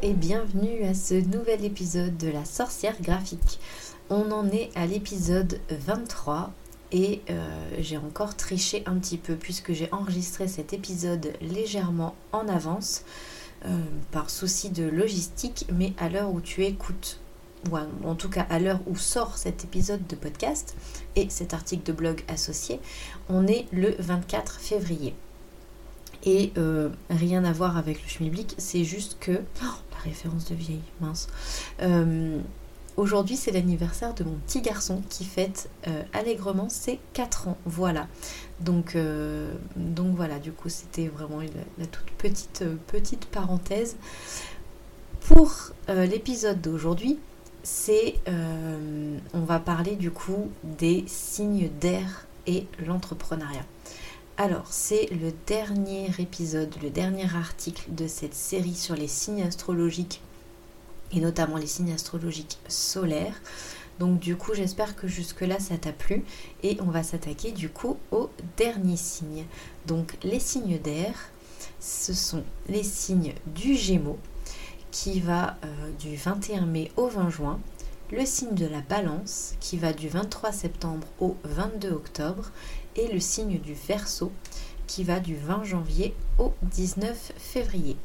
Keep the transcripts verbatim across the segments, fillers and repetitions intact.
et bienvenue à ce nouvel épisode de la sorcière graphique. On en est à l'épisode vingt-trois et euh, j'ai encore triché un petit peu puisque j'ai enregistré cet épisode légèrement en avance euh, par souci de logistique, mais à l'heure où tu écoutes, ou en tout cas à l'heure où sort cet épisode de podcast et cet article de blog associé, on est le vingt-quatre février. Et euh, rien à voir avec le schmilblick, c'est juste que... Oh, la référence de vieille, mince. Euh, aujourd'hui, c'est l'anniversaire de mon petit garçon qui fête euh, allègrement ses quatre ans. Voilà. Donc, euh, donc voilà, du coup, c'était vraiment la, la toute petite, euh, petite parenthèse. Pour euh, l'épisode d'aujourd'hui, c'est... Euh, on va parler du coup des signes d'air et l'entrepreneuriat. Alors, c'est le dernier épisode, le dernier article de cette série sur les signes astrologiques et notamment les signes astrologiques solaires. Donc du coup, j'espère que jusque-là, ça t'a plu et on va s'attaquer du coup aux derniers signes. Donc les signes d'air, ce sont les signes du Gémeaux qui va euh, du vingt et un mai au vingt juin, le signe de la Balance qui va du vingt-trois septembre au vingt-deux octobre et le signe du Verseau qui va du vingt janvier au dix-neuf février.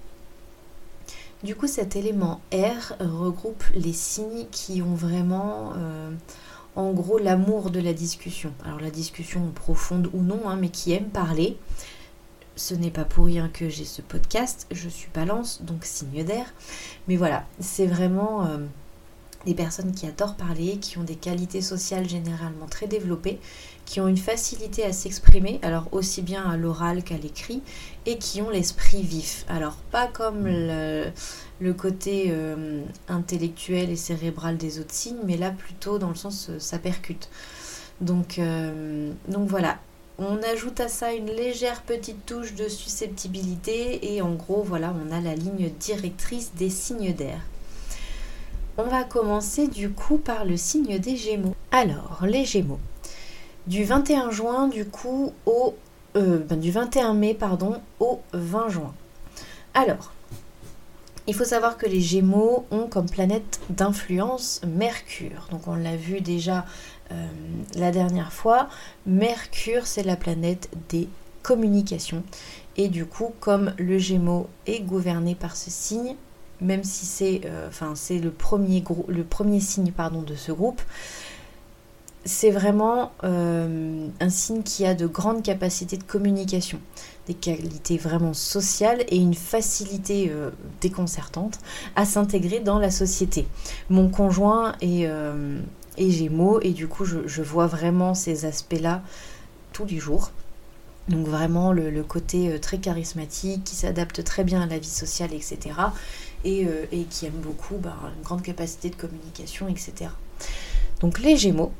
Du coup, cet élément air regroupe les signes qui ont vraiment, euh, en gros, l'amour de la discussion. Alors la discussion profonde ou non, hein, mais qui aiment parler. Ce n'est pas pour rien que j'ai ce podcast, je suis Balance, donc signe d'air. Mais voilà, c'est vraiment... Euh, des personnes qui adorent parler, qui ont des qualités sociales généralement très développées, qui ont une facilité à s'exprimer, alors aussi bien à l'oral qu'à l'écrit, et qui ont l'esprit vif. Alors pas comme le, le côté euh, intellectuel et cérébral des autres signes, mais là plutôt dans le sens euh, ça percute. Donc, euh, donc voilà, on ajoute à ça une légère petite touche de susceptibilité, et en gros voilà, on a la ligne directrice des signes d'air. On va commencer du coup par le signe des Gémeaux. Alors, les Gémeaux, du vingt et un juin du coup au euh, ben, du vingt et un mai pardon au vingt juin. Alors, il faut savoir que les Gémeaux ont comme planète d'influence Mercure. Donc on l'a vu déjà euh, la dernière fois. Mercure, c'est la planète des communications. Et du coup, comme le Gémeaux est gouverné par ce signe, même si c'est, euh, enfin, c'est le premier, grou- le premier signe pardon, de ce groupe, c'est vraiment euh, un signe qui a de grandes capacités de communication, des qualités vraiment sociales et une facilité euh, déconcertante à s'intégrer dans la société. Mon conjoint est, euh, est Gémeaux et du coup je, je vois vraiment ces aspects-là tous les jours. Donc vraiment le, le côté très charismatique, qui s'adapte très bien à la vie sociale, et cetera. Et, euh, et qui aime beaucoup bah, une grande capacité de communication, et cetera. Donc les Gémeaux,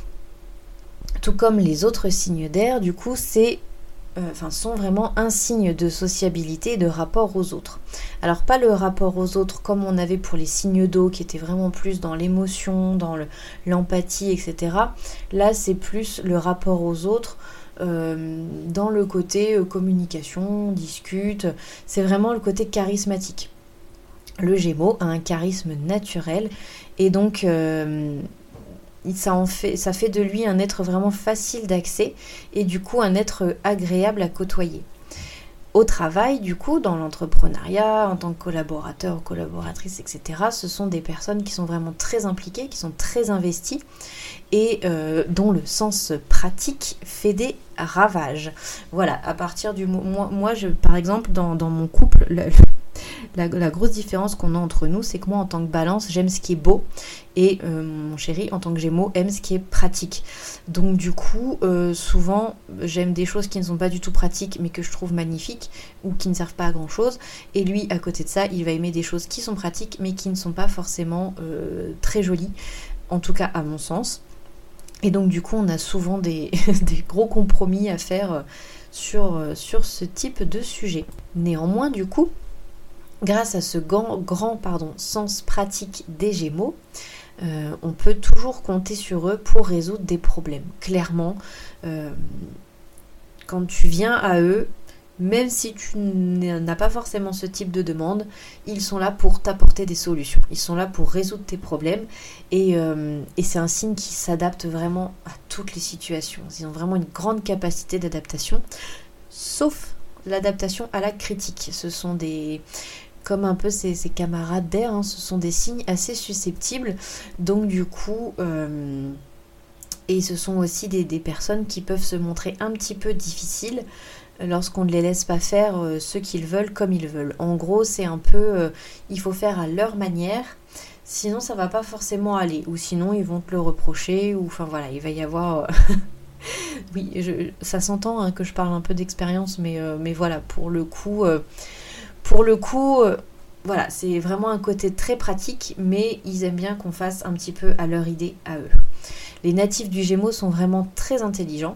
tout comme les autres signes d'air, du coup, c'est, euh, enfin, sont vraiment un signe de sociabilité et de rapport aux autres. Alors pas le rapport aux autres comme on avait pour les signes d'eau, qui étaient vraiment plus dans l'émotion, dans le, l'empathie, et cetera. Là, c'est plus le rapport aux autres, Euh, dans le côté euh, communication, discute, c'est vraiment le côté charismatique. Le Gémeaux a un charisme naturel et donc euh, ça, en fait, ça fait de lui un être vraiment facile d'accès et du coup un être agréable à côtoyer. Au travail, du coup, dans l'entrepreneuriat, en tant que collaborateur ou collaboratrice, et cetera, ce sont des personnes qui sont vraiment très impliquées, qui sont très investies et euh, dont le sens pratique fait des ravages. Voilà, à partir du moment... Moi, moi je, par exemple, dans, dans mon couple, le, la, la grosse différence qu'on a entre nous, c'est que moi, en tant que Balance, j'aime ce qui est beau et euh, mon chéri, en tant que Gémeaux, aime ce qui est pratique. Donc du coup, euh, souvent, j'aime des choses qui ne sont pas du tout pratiques, mais que je trouve magnifiques ou qui ne servent pas à grand-chose. Et lui, à côté de ça, il va aimer des choses qui sont pratiques, mais qui ne sont pas forcément euh, très jolies, en tout cas à mon sens. Et donc du coup, on a souvent des, des gros compromis à faire sur, sur ce type de sujet. Néanmoins, du coup, grâce à ce grand, grand pardon, sens pratique des Gémeaux, euh, on peut toujours compter sur eux pour résoudre des problèmes. Clairement, euh, quand tu viens à eux, même si tu n'as pas forcément ce type de demande, ils sont là pour t'apporter des solutions. Ils sont là pour résoudre tes problèmes. Et, euh, et c'est un signe qui s'adapte vraiment à toutes les situations. Ils ont vraiment une grande capacité d'adaptation, sauf l'adaptation à la critique. Ce sont des... comme un peu ses, ses camarades d'air, hein, ce sont des signes assez susceptibles. Donc du coup... Euh, et ce sont aussi des, des personnes qui peuvent se montrer un petit peu difficiles lorsqu'on ne les laisse pas faire euh, ce qu'ils veulent comme ils veulent. En gros, c'est un peu... Euh, il faut faire à leur manière, sinon ça va pas forcément aller. Ou sinon, ils vont te le reprocher, ou enfin voilà, il va y avoir... Euh, oui, je, ça s'entend hein, que je parle un peu d'expérience, mais, euh, mais voilà, pour le coup... Euh, pour le coup... Euh, voilà, c'est vraiment un côté très pratique, mais ils aiment bien qu'on fasse un petit peu à leur idée, à eux. Les natifs du Gémeaux sont vraiment très intelligents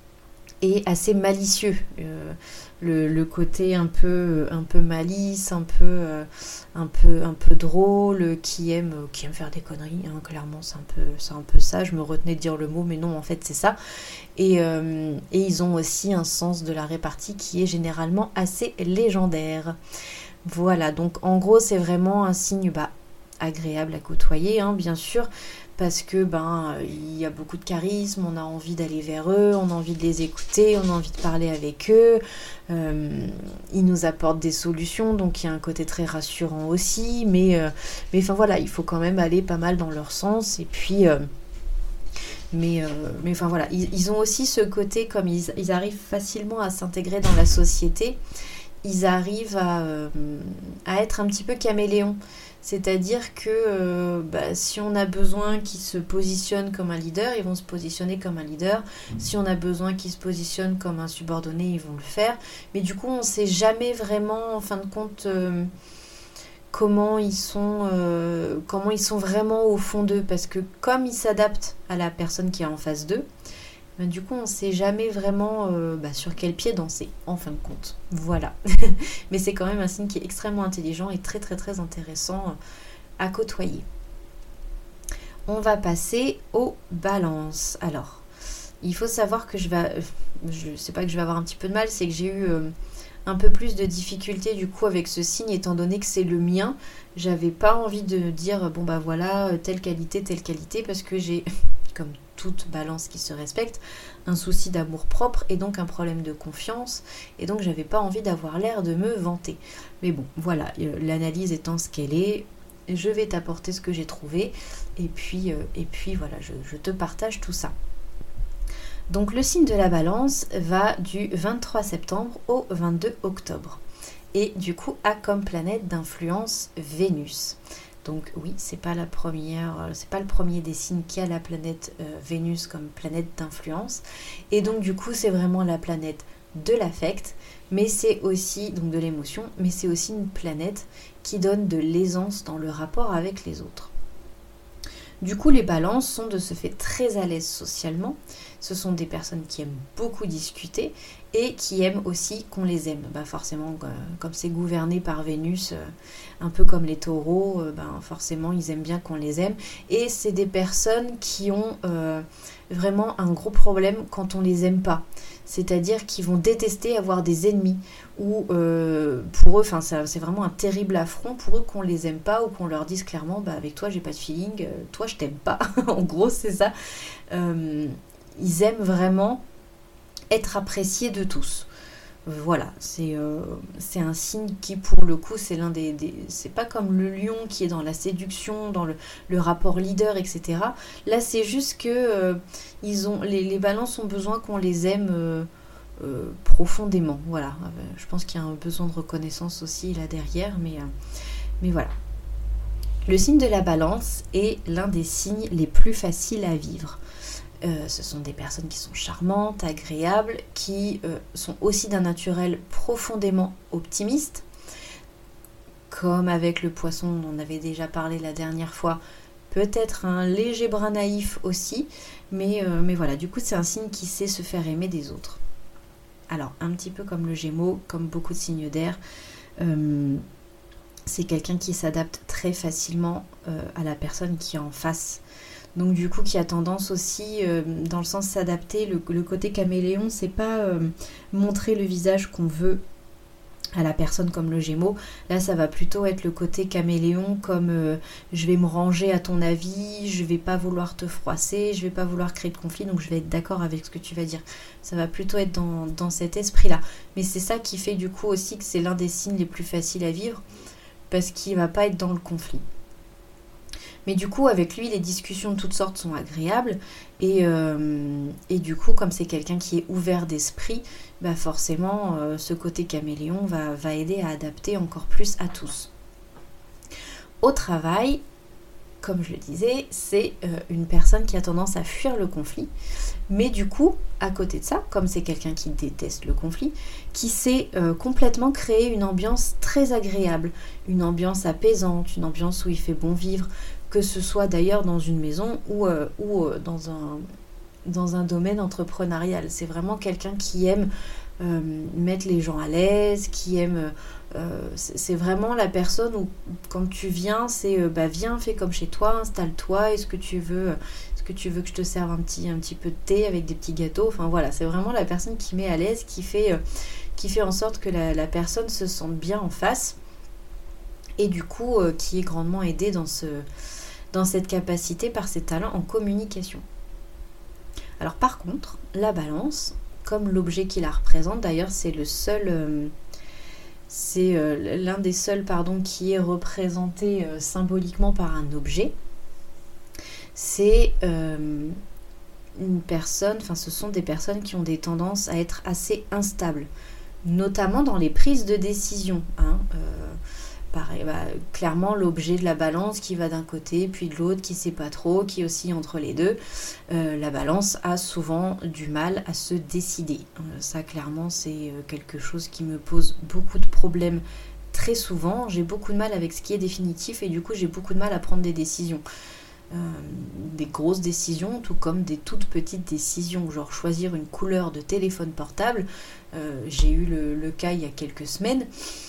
et assez malicieux. Euh, le, le côté un peu, un peu malice, un peu, euh, un peu, un peu drôle, qui aime, qui aime faire des conneries. Hein, clairement, c'est un peu, c'est un peu ça. Je me retenais de dire le mot, mais non, en fait, c'est ça. Et, euh, et ils ont aussi un sens de la répartie qui est généralement assez légendaire. Voilà, donc en gros, c'est vraiment un signe bah, agréable à côtoyer, hein, bien sûr, parce que ben il y a beaucoup de charisme, on a envie d'aller vers eux, on a envie de les écouter, on a envie de parler avec eux, euh, ils nous apportent des solutions, donc il y a un côté très rassurant aussi, mais euh, mais enfin voilà, il faut quand même aller pas mal dans leur sens, et puis... Euh, Mais, euh, mais enfin voilà, ils, ils ont aussi ce côté, comme ils, ils arrivent facilement à s'intégrer dans la société, ils arrivent à, euh, à être un petit peu caméléons. C'est-à-dire que euh, bah, si on a besoin qu'ils se positionnent comme un leader, ils vont se positionner comme un leader. Si on a besoin qu'ils se positionnent comme un subordonné, ils vont le faire. Mais du coup, on ne sait jamais vraiment, en fin de compte... Euh, comment ils sont euh, comment ils sont vraiment au fond d'eux, parce que comme ils s'adaptent à la personne qui est en face d'eux, ben du coup on ne sait jamais vraiment euh, bah, sur quel pied danser en fin de compte. Voilà. Mais c'est quand même un signe qui est extrêmement intelligent et très très très intéressant à côtoyer. On va passer aux balances. Alors, il faut savoir que je vais... Je sais pas que je vais avoir un petit peu de mal, c'est que j'ai eu... Euh, un peu plus de difficulté du coup avec ce signe, étant donné que c'est le mien. J'avais pas envie de dire bon bah voilà telle qualité, telle qualité, parce que j'ai, comme toute balance qui se respecte, un souci d'amour propre et donc un problème de confiance, et donc j'avais pas envie d'avoir l'air de me vanter. Mais bon voilà, l'analyse étant ce qu'elle est, je vais t'apporter ce que j'ai trouvé, et puis, euh, et puis voilà, je, je te partage tout ça. Donc le signe de la balance va du vingt-trois septembre au vingt-deux octobre. Et du coup a comme planète d'influence Vénus. Donc oui, c'est pas la première, c'est pas le premier des signes qui a la planète euh, Vénus comme planète d'influence. Et donc du coup c'est vraiment la planète de l'affect, mais c'est aussi, donc de l'émotion, mais c'est aussi une planète qui donne de l'aisance dans le rapport avec les autres. Du coup, les balances sont de ce fait très à l'aise socialement. Ce sont des personnes qui aiment beaucoup discuter et qui aiment aussi qu'on les aime. Bah forcément, euh, comme c'est gouverné par Vénus, euh, un peu comme les taureaux, euh, bah forcément, ils aiment bien qu'on les aime. Et c'est des personnes qui ont euh, vraiment un gros problème quand on les aime pas. C'est-à-dire qu'ils vont détester avoir des ennemis. Ou euh, pour eux, enfin c'est vraiment un terrible affront pour eux qu'on les aime pas ou qu'on leur dise clairement bah avec toi j'ai pas de feeling, euh, toi je t'aime pas. En gros c'est ça. Euh, ils aiment vraiment être appréciés de tous. Voilà, c'est euh, c'est un signe qui pour le coup c'est l'un des, des c'est pas comme le lion qui est dans la séduction, dans le, le rapport leader, et cetera. Là c'est juste que euh, ils ont les, les balances ont besoin qu'on les aime. Euh, Euh, profondément, voilà. Je pense qu'il y a un besoin de reconnaissance aussi là derrière, mais, euh, mais voilà. Le signe de la balance est l'un des signes les plus faciles à vivre. Euh, ce sont des personnes qui sont charmantes, agréables, qui euh, sont aussi d'un naturel profondément optimiste, comme avec le poisson dont on avait déjà parlé la dernière fois, peut-être un léger brin naïf aussi, mais, euh, mais voilà, du coup c'est un signe qui sait se faire aimer des autres. Alors, un petit peu comme le Gémeaux, comme beaucoup de signes d'air, euh, c'est quelqu'un qui s'adapte très facilement euh, à la personne qui est en face. Donc du coup qui a tendance aussi euh, dans le sens s'adapter. Le, le côté caméléon, c'est pas euh, montrer le visage qu'on veut à la personne comme le Gémeaux. Là ça va plutôt être le côté caméléon comme euh, je vais me ranger à ton avis, je vais pas vouloir te froisser, je vais pas vouloir créer de conflit, donc je vais être d'accord avec ce que tu vas dire. Ça va plutôt être dans, dans cet esprit là, mais c'est ça qui fait du coup aussi que c'est l'un des signes les plus faciles à vivre, parce qu'il va pas être dans le conflit. Mais du coup, avec lui, les discussions de toutes sortes sont agréables. Et, euh, et du coup, comme c'est quelqu'un qui est ouvert d'esprit, bah forcément, euh, ce côté caméléon va, va aider à adapter encore plus à tous. Au travail, comme je le disais, c'est euh, une personne qui a tendance à fuir le conflit. Mais du coup, à côté de ça, comme c'est quelqu'un qui déteste le conflit, qui sait euh, complètement créer une ambiance très agréable, une ambiance apaisante, une ambiance où il fait bon vivre, que ce soit d'ailleurs dans une maison ou, euh, ou euh, dans, un, dans un domaine entrepreneurial. C'est vraiment quelqu'un qui aime euh, mettre les gens à l'aise, qui aime... Euh, c'est, c'est vraiment la personne où quand tu viens, c'est euh, bah viens, fais comme chez toi, installe-toi, est-ce que tu veux... Est-ce que tu veux que je te serve un petit, un petit peu de thé avec des petits gâteaux? Enfin voilà, c'est vraiment la personne qui met à l'aise, qui fait, euh, qui fait en sorte que la, la personne se sente bien en face et du coup euh, qui est grandement aidée dans, ce, dans cette capacité par ses talents en communication. Alors par contre, la balance, comme l'objet qui la représente, d'ailleurs c'est le seul... Euh, c'est euh, l'un des seuls pardon, qui est représenté euh, symboliquement par un objet. C'est euh, une personne, enfin ce sont des personnes qui ont des tendances à être assez instables, notamment dans les prises de décision. Hein, euh, pareil, bah, clairement l'objet de la balance qui va d'un côté, puis de l'autre, qui ne sait pas trop, qui oscille entre les deux. Euh, la balance a souvent du mal à se décider. Euh, ça clairement c'est quelque chose qui me pose beaucoup de problèmes très souvent. J'ai beaucoup de mal avec ce qui est définitif et du coup j'ai beaucoup de mal à prendre des décisions. Euh, des grosses décisions tout comme des toutes petites décisions, genre choisir une couleur de téléphone portable. Euh, j'ai eu le, le cas il y a quelques semaines,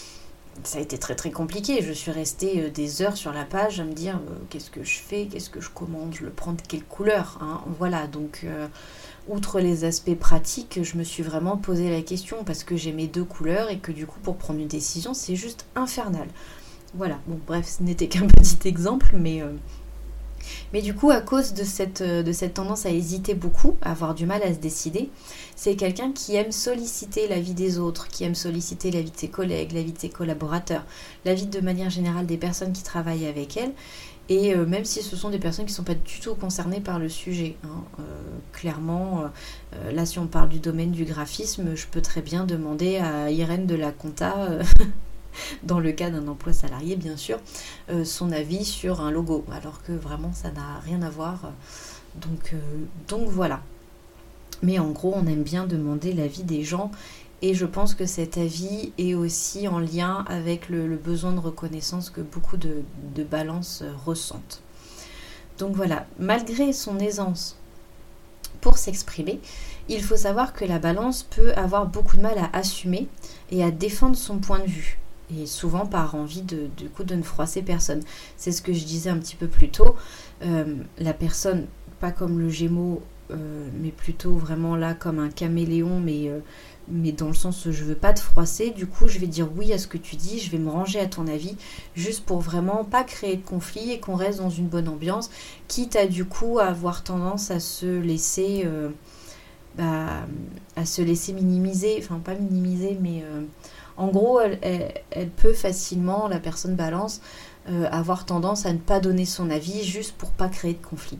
ça a été très très compliqué, je suis restée des heures sur la page à me dire euh, qu'est-ce que je fais, qu'est-ce que je commande, je le prends de quelle couleur, hein, voilà, donc euh, outre les aspects pratiques, je me suis vraiment posé la question parce que j'ai mes deux couleurs et que du coup pour prendre une décision c'est juste infernal. Voilà, bon bref, ce n'était qu'un petit exemple, mais... Euh, Mais du coup, à cause de cette, de cette tendance à hésiter beaucoup, à avoir du mal à se décider, c'est quelqu'un qui aime solliciter l'avis des autres, qui aime solliciter l'avis de ses collègues, l'avis de ses collaborateurs, l'avis de manière générale des personnes qui travaillent avec elle, et euh, même si ce sont des personnes qui ne sont pas du tout concernées par le sujet. Hein, euh, clairement, euh, là si on parle du domaine du graphisme, je peux très bien demander à Irène de la Compta... Euh, dans le cas d'un emploi salarié bien sûr, euh, son avis sur un logo, alors que vraiment ça n'a rien à voir. Donc, euh, donc voilà. Mais en gros, on aime bien demander l'avis des gens et je pense que cet avis est aussi en lien avec le, le besoin de reconnaissance que beaucoup de, de balances ressentent. Donc voilà, malgré son aisance pour s'exprimer, il faut savoir que la balance peut avoir beaucoup de mal à assumer et à défendre son point de vue. Et souvent par envie de, du coup, de ne froisser personne. C'est ce que je disais un petit peu plus tôt. Euh, la personne, pas comme le Gémeaux, euh, mais plutôt vraiment là comme un caméléon, mais, euh, mais dans le sens où je veux pas te froisser. Du coup, je vais dire oui à ce que tu dis, je vais me ranger à ton avis, juste pour vraiment pas créer de conflit et qu'on reste dans une bonne ambiance, quitte à du coup à avoir tendance à se laisser... Euh, bah, à se laisser minimiser, enfin pas minimiser, mais... Euh, En gros, elle, elle, elle peut facilement, la personne balance, euh, avoir tendance à ne pas donner son avis juste pour pas créer de conflit.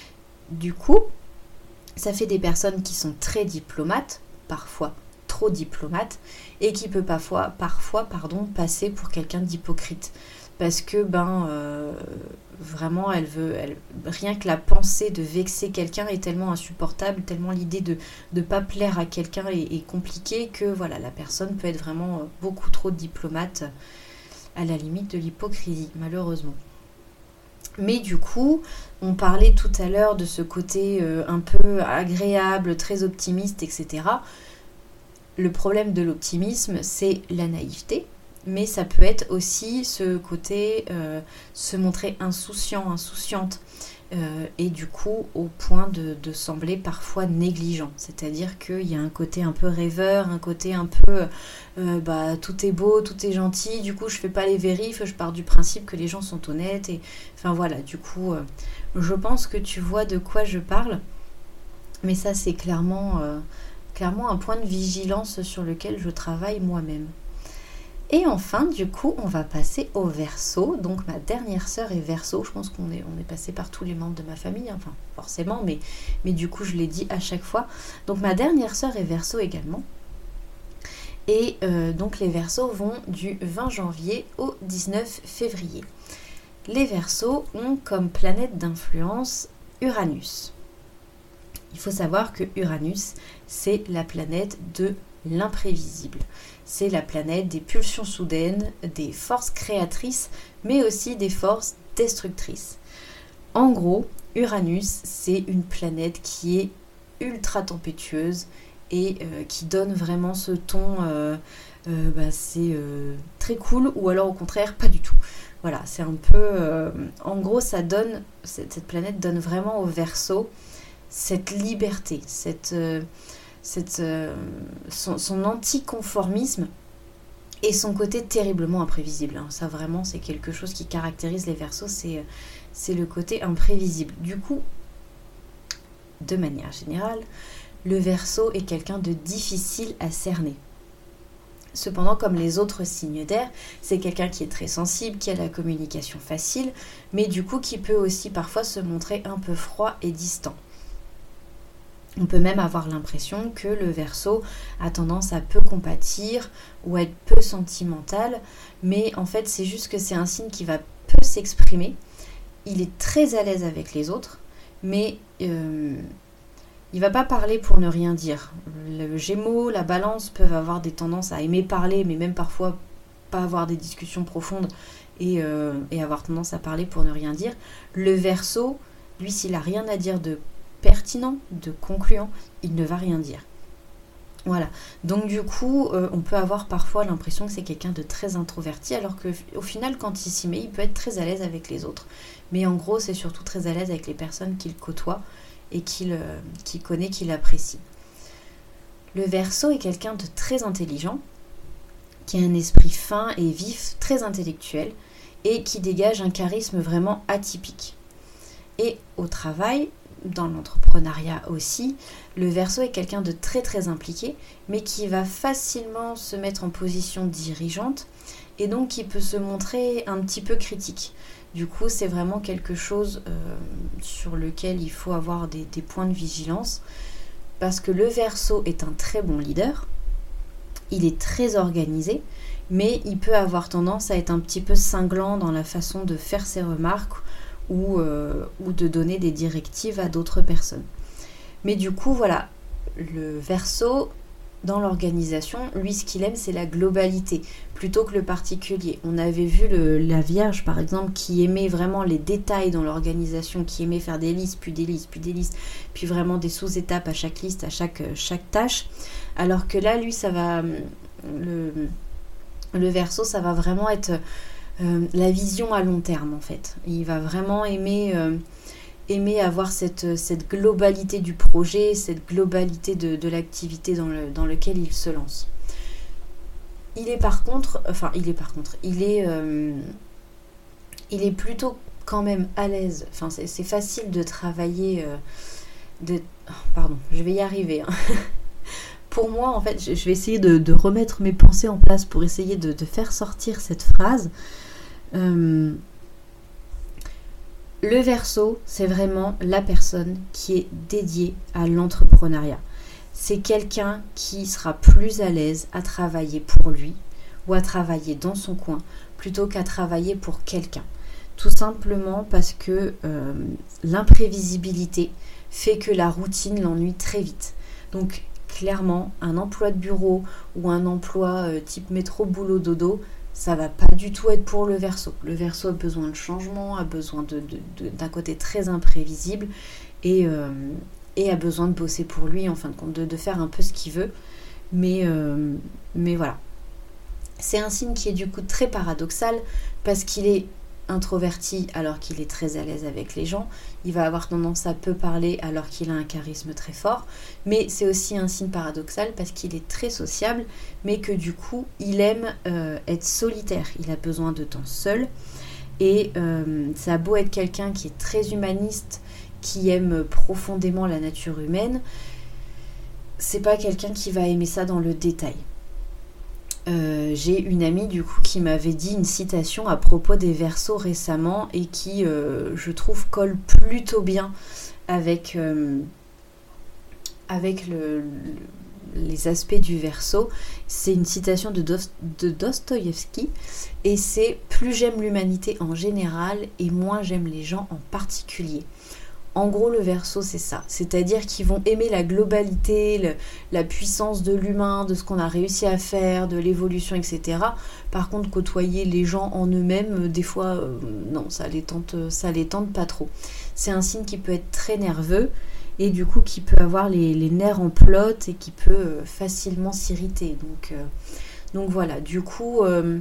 Du coup, ça fait des personnes qui sont très diplomates, parfois trop diplomates, et qui peut parfois, parfois pardon, passer pour quelqu'un d'hypocrite. Parce que ben euh, vraiment elle veut elle, rien que la pensée de vexer quelqu'un est tellement insupportable, tellement l'idée de ne pas plaire à quelqu'un est, est compliquée que voilà, la personne peut être vraiment beaucoup trop diplomate, à la limite de l'hypocrisie malheureusement. Mais du coup, on parlait tout à l'heure de ce côté euh, un peu agréable, très optimiste, et cetera. Le problème de l'optimisme, c'est la naïveté. Mais ça peut être aussi ce côté euh, se montrer insouciant, insouciante, euh, et du coup au point de, de sembler parfois négligent. C'est-à-dire qu'il y a un côté un peu rêveur, un côté un peu euh, bah, tout est beau, tout est gentil, du coup je fais pas les vérifs, je pars du principe que les gens sont honnêtes. Et enfin voilà, du coup euh, je pense que tu vois de quoi je parle, mais ça c'est clairement, euh, clairement un point de vigilance sur lequel je travaille moi-même. Et enfin, du coup, on va passer au Verseau. Donc, ma dernière sœur est Verseau. Je pense qu'on est, on est passé par tous les membres de ma famille, enfin, forcément, mais, mais du coup, je l'ai dit à chaque fois. Donc, ma dernière sœur est Verseau également. Et euh, donc, les Verseaux vont du vingt janvier au dix-neuf février. Les Verseaux ont comme planète d'influence Uranus. Il faut savoir que Uranus, c'est la planète de l'imprévisible. C'est la planète des pulsions soudaines, des forces créatrices, mais aussi des forces destructrices. En gros, Uranus, c'est une planète qui est ultra tempétueuse et euh, qui donne vraiment ce ton, euh, euh, bah, c'est euh, très cool, ou alors au contraire, pas du tout. Voilà, c'est un peu... Euh, en gros, ça donne, cette, cette planète donne vraiment au Verseau cette liberté, cette... Euh, Cette, euh, son, son anticonformisme et son côté terriblement imprévisible. Hein. Ça vraiment c'est quelque chose qui caractérise les Verseaux, c'est, c'est le côté imprévisible. Du coup, de manière générale, le Verseau est quelqu'un de difficile à cerner. Cependant, comme les autres signes d'air, c'est quelqu'un qui est très sensible, qui a la communication facile, mais du coup qui peut aussi parfois se montrer un peu froid et distant. On peut même avoir l'impression que le Verseau a tendance à peu compatir ou à être peu sentimental, mais en fait c'est juste que c'est un signe qui va peu s'exprimer. Il est très à l'aise avec les autres, mais euh, il va pas parler pour ne rien dire. Le Gémeaux, la Balance peuvent avoir des tendances à aimer parler, mais même parfois pas avoir des discussions profondes et, euh, et avoir tendance à parler pour ne rien dire. Le Verseau, lui, s'il a rien à dire de pertinent, de concluant, il ne va rien dire. Voilà. Donc du coup, euh, on peut avoir parfois l'impression que c'est quelqu'un de très introverti, alors qu'au final, quand il s'y met, il peut être très à l'aise avec les autres. Mais en gros, c'est surtout très à l'aise avec les personnes qu'il côtoie et qu'il, euh, qu'il connaît, qu'il apprécie. Le Verseau est quelqu'un de très intelligent, qui a un esprit fin et vif, très intellectuel, et qui dégage un charisme vraiment atypique. Et au travail, dans l'entrepreneuriat aussi, le Verseau est quelqu'un de très très impliqué, mais qui va facilement se mettre en position dirigeante et donc qui peut se montrer un petit peu critique. Du coup, c'est vraiment quelque chose euh, sur lequel il faut avoir des, des points de vigilance, parce que le Verseau est un très bon leader, il est très organisé, mais il peut avoir tendance à être un petit peu cinglant dans la façon de faire ses remarques Ou, euh, ou de donner des directives à d'autres personnes. Mais du coup, voilà, le Verseau, dans l'organisation, lui, ce qu'il aime, c'est la globalité, plutôt que le particulier. On avait vu le, la Vierge, par exemple, qui aimait vraiment les détails dans l'organisation, qui aimait faire des listes, puis des listes, puis des listes, puis vraiment des sous-étapes à chaque liste, à chaque, chaque tâche. Alors que là, lui, ça va... Le, le Verseau, ça va vraiment être... Euh, la vision à long terme en fait. Il va vraiment aimer, euh, aimer avoir cette, cette globalité du projet, cette globalité de, de l'activité dans, le, dans lequel il se lance. Il est par contre, enfin il est par contre, il est, euh, il est plutôt quand même à l'aise. Enfin c'est, c'est facile de travailler, euh, de, oh, pardon, je vais y arriver. Hein. Pour moi, en fait, je vais essayer de, de remettre mes pensées en place pour essayer de, de faire sortir cette phrase. Euh, le Verseau, c'est vraiment la personne qui est dédiée à l'entrepreneuriat. C'est quelqu'un qui sera plus à l'aise à travailler pour lui ou à travailler dans son coin plutôt qu'à travailler pour quelqu'un. Tout simplement parce que euh, l'imprévisibilité fait que la routine l'ennuie très vite. Donc clairement, un emploi de bureau ou un emploi euh, type métro, boulot, dodo, ça va pas du tout être pour le Verseau. Le Verseau a besoin de changement, a besoin de, de, de, d'un côté très imprévisible et, euh, et a besoin de bosser pour lui, en fin de compte, de, de faire un peu ce qu'il veut. Mais, euh, mais voilà. C'est un signe qui est du coup très paradoxal parce qu'il est introverti alors qu'il est très à l'aise avec les gens. Il va avoir tendance à peu parler alors qu'il a un charisme très fort. Mais c'est aussi un signe paradoxal parce qu'il est très sociable, mais que du coup, il aime euh, être solitaire. Il a besoin de temps seul. Et euh, ça a beau être quelqu'un qui est très humaniste, qui aime profondément la nature humaine, c'est pas quelqu'un qui va aimer ça dans le détail. Euh, j'ai une amie du coup qui m'avait dit une citation à propos des Verseaux récemment et qui euh, je trouve colle plutôt bien avec, euh, avec le, le, les aspects du Verseau. C'est une citation de, Dost- de Dostoïevski et c'est « Plus j'aime l'humanité en général et moins j'aime les gens en particulier ». En gros, le Verseau, c'est ça. C'est-à-dire qu'ils vont aimer la globalité, le, la puissance de l'humain, de ce qu'on a réussi à faire, de l'évolution, et cetera. Par contre, côtoyer les gens en eux-mêmes, des fois, euh, non, ça les tente, ça les tente pas trop. C'est un signe qui peut être très nerveux et du coup qui peut avoir les, les nerfs en pelote et qui peut euh, facilement s'irriter. Donc, euh, donc voilà, du coup... Euh,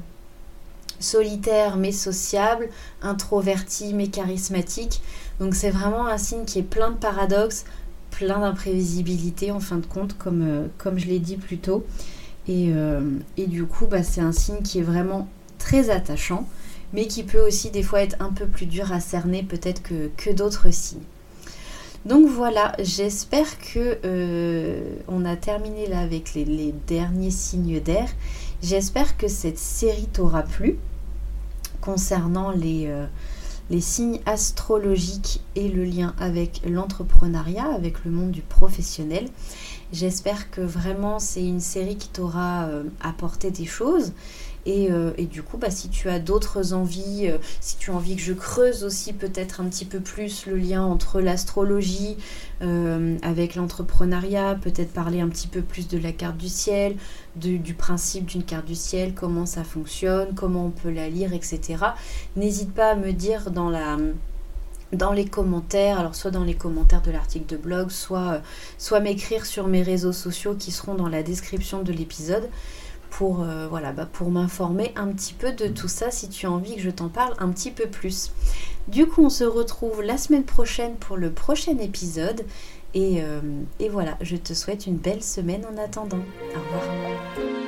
solitaire mais sociable, introverti mais charismatique. Donc c'est vraiment un signe qui est plein de paradoxes, plein d'imprévisibilité en fin de compte, comme, euh, comme je l'ai dit plus tôt. Et, euh, et du coup, bah, c'est un signe qui est vraiment très attachant, mais qui peut aussi des fois être un peu plus dur à cerner peut-être que, que d'autres signes. Donc voilà, j'espère que euh, on a terminé là avec les, les derniers signes d'air. J'espère que cette série t'aura plu concernant les, euh, les signes astrologiques et le lien avec l'entrepreneuriat, avec le monde du professionnel. J'espère que vraiment c'est une série qui t'aura euh, apporté des choses. Et, euh, et du coup, bah, si tu as d'autres envies, euh, si tu as envie que je creuse aussi peut-être un petit peu plus le lien entre l'astrologie euh, avec l'entrepreneuriat, peut-être parler un petit peu plus de la carte du ciel, de, du principe d'une carte du ciel, comment ça fonctionne, comment on peut la lire, et cetera. N'hésite pas à me dire dans la... dans les commentaires, alors soit dans les commentaires de l'article de blog, soit, euh, soit m'écrire sur mes réseaux sociaux qui seront dans la description de l'épisode pour, euh, voilà, bah pour m'informer un petit peu de tout ça si tu as envie que je t'en parle un petit peu plus. Du coup, on se retrouve la semaine prochaine pour le prochain épisode et, euh, et voilà, je te souhaite une belle semaine en attendant. Au revoir.